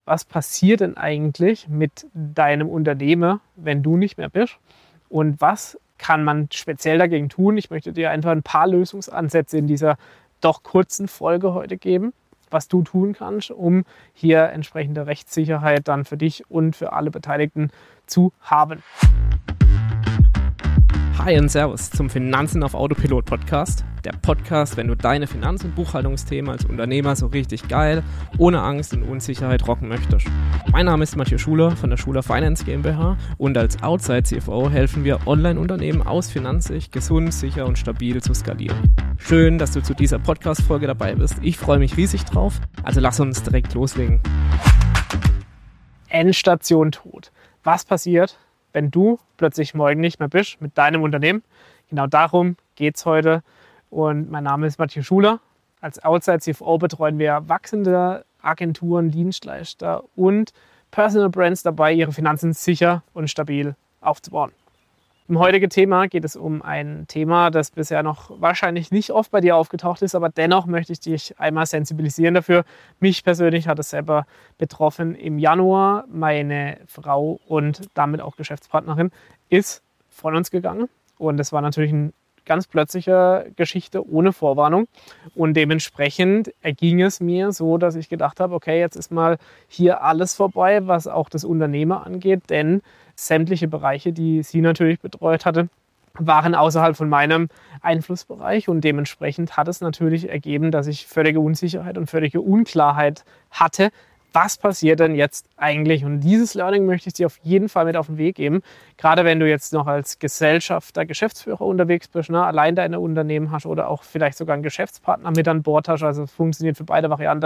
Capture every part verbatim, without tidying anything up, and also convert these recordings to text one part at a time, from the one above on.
Was passiert denn eigentlich mit deinem Unternehmen, wenn du nicht mehr bist? Und was kann man speziell dagegen tun? Ich möchte dir einfach ein paar Lösungsansätze in dieser doch kurzen Folge heute geben, was du tun kannst, um hier entsprechende Rechtssicherheit dann für dich und für alle Beteiligten zu haben. Hi und Servus zum Finanzen auf Autopilot Podcast. Der Podcast, wenn du deine Finanz- und Buchhaltungsthemen als Unternehmer so richtig geil, ohne Angst und Unsicherheit rocken möchtest. Mein Name ist Matthias Schuler von der Schuler Finance GmbH und als Outside C F O helfen wir Online-Unternehmen aus Finanzsicht gesund, sicher und stabil zu skalieren. Schön, dass du zu dieser Podcast-Folge dabei bist. Ich freue mich riesig drauf, also lass uns direkt loslegen. Endstation Tod. Was passiert, wenn du plötzlich morgen nicht mehr bist mit deinem Unternehmen? Genau darum geht es heute. Und mein Name ist Matthias Schuler. Als Outside C F O betreuen wir wachsende Agenturen, Dienstleister und Personal Brands dabei, ihre Finanzen sicher und stabil aufzubauen. Im heutigen Thema geht es um ein Thema, das bisher noch wahrscheinlich nicht oft bei dir aufgetaucht ist, aber dennoch möchte ich dich einmal sensibilisieren dafür. Mich persönlich hat es selber betroffen. Im Januar meine Frau und damit auch Geschäftspartnerin ist von uns gegangen und das war natürlich eine ganz plötzliche Geschichte ohne Vorwarnung und dementsprechend erging es mir so, dass ich gedacht habe, okay, jetzt ist mal hier alles vorbei, was auch das Unternehmer angeht, denn sämtliche Bereiche, die sie natürlich betreut hatte, waren außerhalb von meinem Einflussbereich und dementsprechend hat es natürlich ergeben, dass ich völlige Unsicherheit und völlige Unklarheit hatte. Was passiert denn jetzt eigentlich? Und dieses Learning möchte ich dir auf jeden Fall mit auf den Weg geben. Gerade wenn du jetzt noch als Gesellschafter, Geschäftsführer unterwegs bist, ne, allein deine Unternehmen hast oder auch vielleicht sogar einen Geschäftspartner mit an Bord hast. Also es funktioniert für beide Varianten.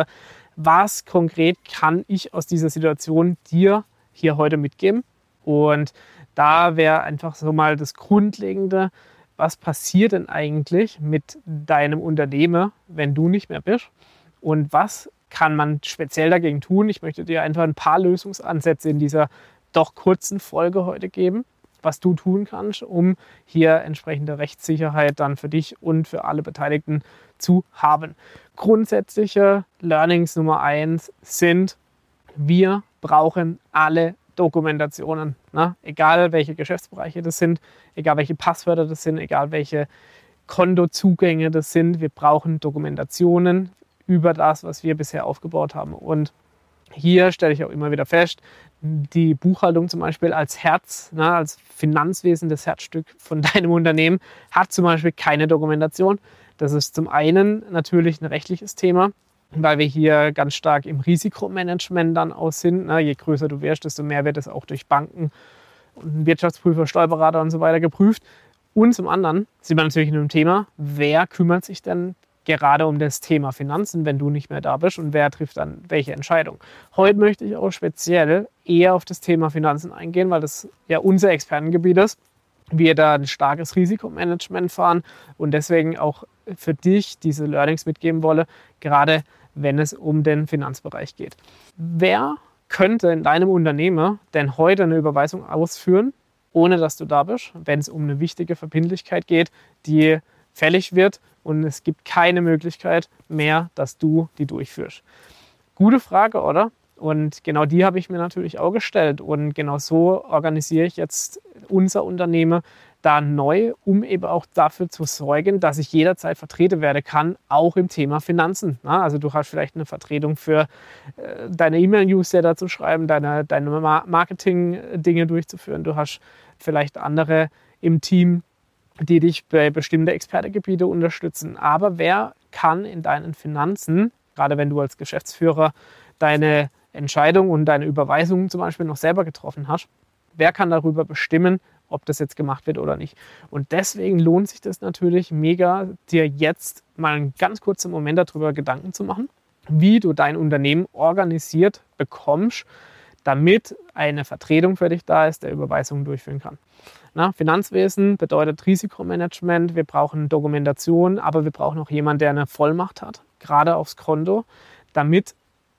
Was konkret kann ich aus dieser Situation dir hier heute mitgeben? Und da wäre einfach so mal das Grundlegende, was passiert denn eigentlich mit deinem Unternehmen, wenn du nicht mehr bist? Und was kann man speziell dagegen tun? Ich möchte dir einfach ein paar Lösungsansätze in dieser doch kurzen Folge heute geben, was du tun kannst, um hier entsprechende Rechtssicherheit dann für dich und für alle Beteiligten zu haben. Grundsätzliche Learnings Nummer eins sind, wir brauchen alle Dokumentationen. Ne? Egal welche Geschäftsbereiche das sind, egal welche Passwörter das sind, egal welche Kontozugänge das sind, wir brauchen Dokumentationen über das, was wir bisher aufgebaut haben. Und hier stelle ich auch immer wieder fest, die Buchhaltung zum Beispiel als Herz, ne, als Finanzwesen, das Herzstück von deinem Unternehmen, hat zum Beispiel keine Dokumentation. Das ist zum einen natürlich ein rechtliches Thema, weil wir hier ganz stark im Risikomanagement dann aus sind. Ne, je größer du wirst, desto mehr wird es auch durch Banken und Wirtschaftsprüfer, Steuerberater und so weiter geprüft. Und zum anderen sind wir natürlich in einem Thema, wer kümmert sich denn gerade um das Thema Finanzen, wenn du nicht mehr da bist und wer trifft dann welche Entscheidung. Heute möchte ich auch speziell eher auf das Thema Finanzen eingehen, weil das ja unser Expertengebiet ist. Wir da ein starkes Risikomanagement fahren und deswegen auch für dich diese Learnings mitgeben wolle, gerade wenn es um den Finanzbereich geht. Wer könnte in deinem Unternehmen denn heute eine Überweisung ausführen, ohne dass du da bist, wenn es um eine wichtige Verbindlichkeit geht, die fällig wird und es gibt keine Möglichkeit mehr, dass du die durchführst? Gute Frage, oder? Und genau die habe ich mir natürlich auch gestellt und genau so organisiere ich jetzt unser Unternehmen da neu, um eben auch dafür zu sorgen, dass ich jederzeit vertreten werden kann, auch im Thema Finanzen. Also du hast vielleicht eine Vertretung für deine E-Mail-Newsletter zu schreiben, deine, deine Marketing-Dinge durchzuführen. Du hast vielleicht andere im Team, die dich bei bestimmten Expertengebieten unterstützen. Aber wer kann in deinen Finanzen, gerade wenn du als Geschäftsführer deine Entscheidung und deine Überweisung zum Beispiel noch selber getroffen hast, wer kann darüber bestimmen, ob das jetzt gemacht wird oder nicht? Und deswegen lohnt sich das natürlich mega, dir jetzt mal einen ganz kurzen Moment darüber Gedanken zu machen, wie du dein Unternehmen organisiert bekommst, damit eine Vertretung für dich da ist, der Überweisungen durchführen kann. Na, Finanzwesen bedeutet Risikomanagement, wir brauchen Dokumentation, aber wir brauchen auch jemanden, der eine Vollmacht hat, gerade aufs Konto, damit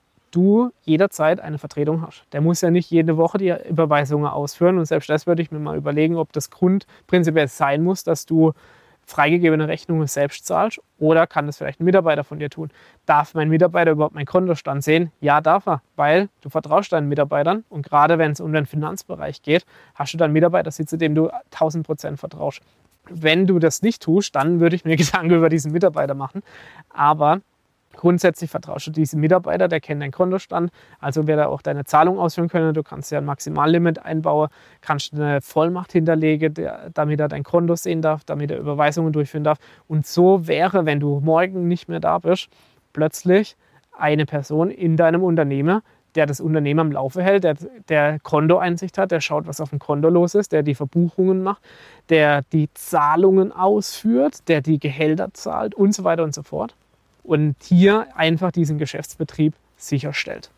du jederzeit eine Vertretung hast. Der muss ja nicht jede Woche die Überweisungen ausführen und selbst das würde ich mir mal überlegen, ob das Grund prinzipiell sein muss, dass du freigegebene Rechnungen selbst zahlst oder kann das vielleicht ein Mitarbeiter von dir tun? Darf mein Mitarbeiter überhaupt meinen Kontostand sehen? Ja, darf er, weil du vertraust deinen Mitarbeitern und gerade wenn es um den Finanzbereich geht, hast du dann Mitarbeiter sitzen, dem du tausend Prozent vertraust. Wenn du das nicht tust, dann würde ich mir Gedanken über diesen Mitarbeiter machen, aber grundsätzlich vertraust du diesem Mitarbeiter, der kennt deinen Kontostand, also wird er auch deine Zahlung ausführen können. Du kannst ja ein Maximallimit einbauen, kannst eine Vollmacht hinterlegen, der, damit er dein Konto sehen darf, damit er Überweisungen durchführen darf. Und so wäre, wenn du morgen nicht mehr da bist, plötzlich eine Person in deinem Unternehmen, der das Unternehmen am Laufe hält, der, der Kontoeinsicht hat, der schaut, was auf dem Konto los ist, der die Verbuchungen macht, der die Zahlungen ausführt, der die Gehälter zahlt und so weiter und so fort. Und hier einfach diesen Geschäftsbetrieb sicherstellt.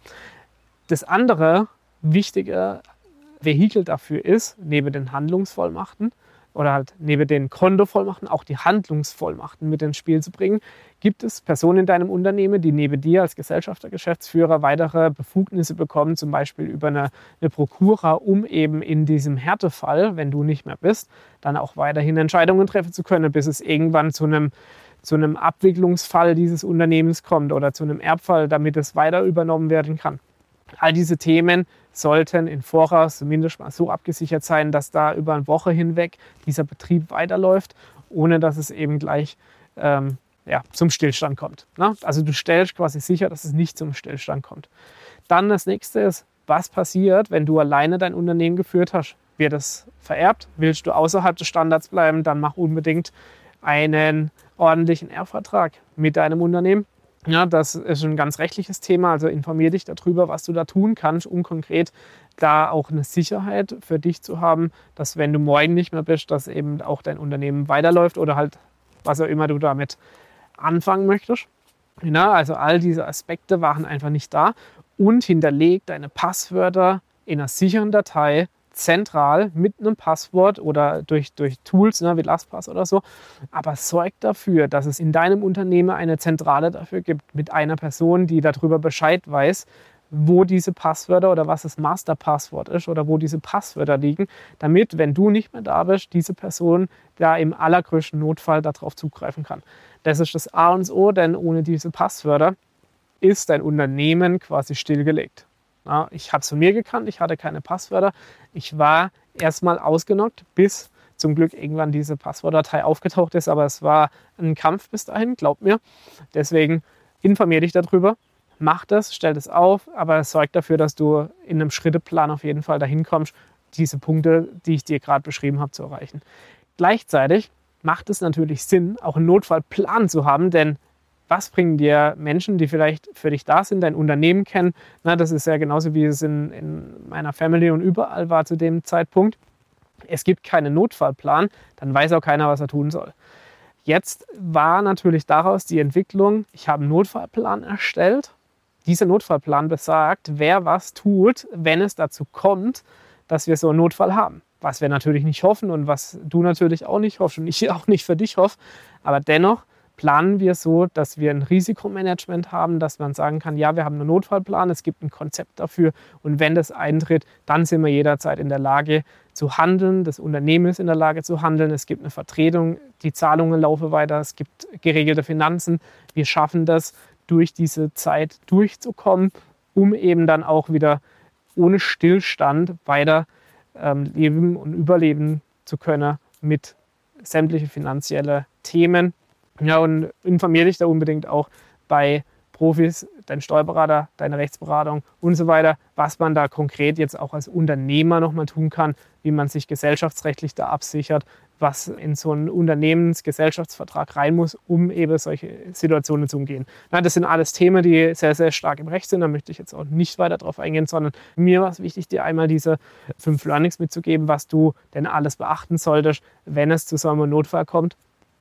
Das andere wichtige Vehikel dafür ist, neben den Handlungsvollmachten oder halt neben den Kontovollmachten auch die Handlungsvollmachten mit ins Spiel zu bringen. Gibt es Personen in deinem Unternehmen, die neben dir als Gesellschafter, Geschäftsführer weitere Befugnisse bekommen, zum Beispiel über eine, eine Prokura, um eben in diesem Härtefall, wenn du nicht mehr bist, dann auch weiterhin Entscheidungen treffen zu können, bis es irgendwann zu einem zu einem Abwicklungsfall dieses Unternehmens kommt oder zu einem Erbfall, damit es weiter übernommen werden kann. All diese Themen sollten im Voraus zumindest mal so abgesichert sein, dass da über eine Woche hinweg dieser Betrieb weiterläuft, ohne dass es eben gleich ähm, ja, zum Stillstand kommt. Ne? Also du stellst quasi sicher, dass es nicht zum Stillstand kommt. Dann das nächste ist, was passiert, wenn du alleine dein Unternehmen geführt hast? Wird es vererbt? Willst du außerhalb des Standards bleiben? Dann mach unbedingt einen ordentlichen Erbvertrag mit deinem Unternehmen. Ja, das ist ein ganz rechtliches Thema, also informier dich darüber, was du da tun kannst, um konkret da auch eine Sicherheit für dich zu haben, dass wenn du morgen nicht mehr bist, dass eben auch dein Unternehmen weiterläuft oder halt was auch immer du damit anfangen möchtest. Ja, also all diese Aspekte waren einfach nicht da und hinterleg deine Passwörter in einer sicheren Datei zentral mit einem Passwort oder durch, durch Tools, ne, wie LastPass oder so. Aber sorg dafür, dass es in deinem Unternehmen eine Zentrale dafür gibt, mit einer Person, die darüber Bescheid weiß, wo diese Passwörter oder was das Masterpasswort ist oder wo diese Passwörter liegen, damit, wenn du nicht mehr da bist, diese Person da im allergrößten Notfall darauf zugreifen kann. Das ist das A und das O, denn ohne diese Passwörter ist dein Unternehmen quasi stillgelegt. Ja, ich habe es von mir gekannt, ich hatte keine Passwörter. Ich war erstmal ausgenockt, bis zum Glück irgendwann diese Passwortdatei aufgetaucht ist. Aber es war ein Kampf bis dahin, glaub mir. Deswegen informier dich darüber, mach das, stell das auf, aber sorg dafür, dass du in einem Schritteplan auf jeden Fall dahin kommst, diese Punkte, die ich dir gerade beschrieben habe, zu erreichen. Gleichzeitig macht es natürlich Sinn, auch einen Notfallplan zu haben, denn was bringen dir Menschen, die vielleicht für dich da sind, dein Unternehmen kennen? Na, das ist ja genauso, wie es in, in meiner Family und überall war zu dem Zeitpunkt. Es gibt keinen Notfallplan, dann weiß auch keiner, was er tun soll. Jetzt war natürlich daraus die Entwicklung, ich habe einen Notfallplan erstellt. Dieser Notfallplan besagt, wer was tut, wenn es dazu kommt, dass wir so einen Notfall haben. Was wir natürlich nicht hoffen und was du natürlich auch nicht hoffst und ich auch nicht für dich hoffe. Aber dennoch planen wir so, dass wir ein Risikomanagement haben, dass man sagen kann, ja, wir haben einen Notfallplan, es gibt ein Konzept dafür und wenn das eintritt, dann sind wir jederzeit in der Lage zu handeln, das Unternehmen ist in der Lage zu handeln, es gibt eine Vertretung, die Zahlungen laufen weiter, es gibt geregelte Finanzen, wir schaffen das, durch diese Zeit durchzukommen, um eben dann auch wieder ohne Stillstand weiter ähm, leben und überleben zu können mit sämtlichen finanziellen Themen. Ja, und informiere dich da unbedingt auch bei Profis, dein Steuerberater, deine Rechtsberatung und so weiter, was man da konkret jetzt auch als Unternehmer nochmal tun kann, wie man sich gesellschaftsrechtlich da absichert, was in so einen Unternehmensgesellschaftsvertrag rein muss, um eben solche Situationen zu umgehen. Na, das sind alles Themen, die sehr, sehr stark im Recht sind. Da möchte ich jetzt auch nicht weiter drauf eingehen, sondern mir war es wichtig, dir einmal diese fünf Learnings mitzugeben, was du denn alles beachten solltest, wenn es zu so einem Notfall kommt.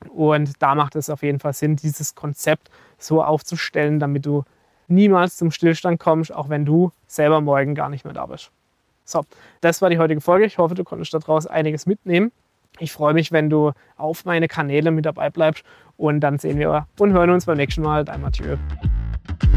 Und da macht es auf jeden Fall Sinn, dieses Konzept so aufzustellen, damit du niemals zum Stillstand kommst, auch wenn du selber morgen gar nicht mehr da bist. So, das war die heutige Folge. Ich hoffe, du konntest daraus einiges mitnehmen. Ich freue mich, wenn du auf meine Kanäle mit dabei bleibst und dann sehen wir und hören uns beim nächsten Mal. Dein Mathieu.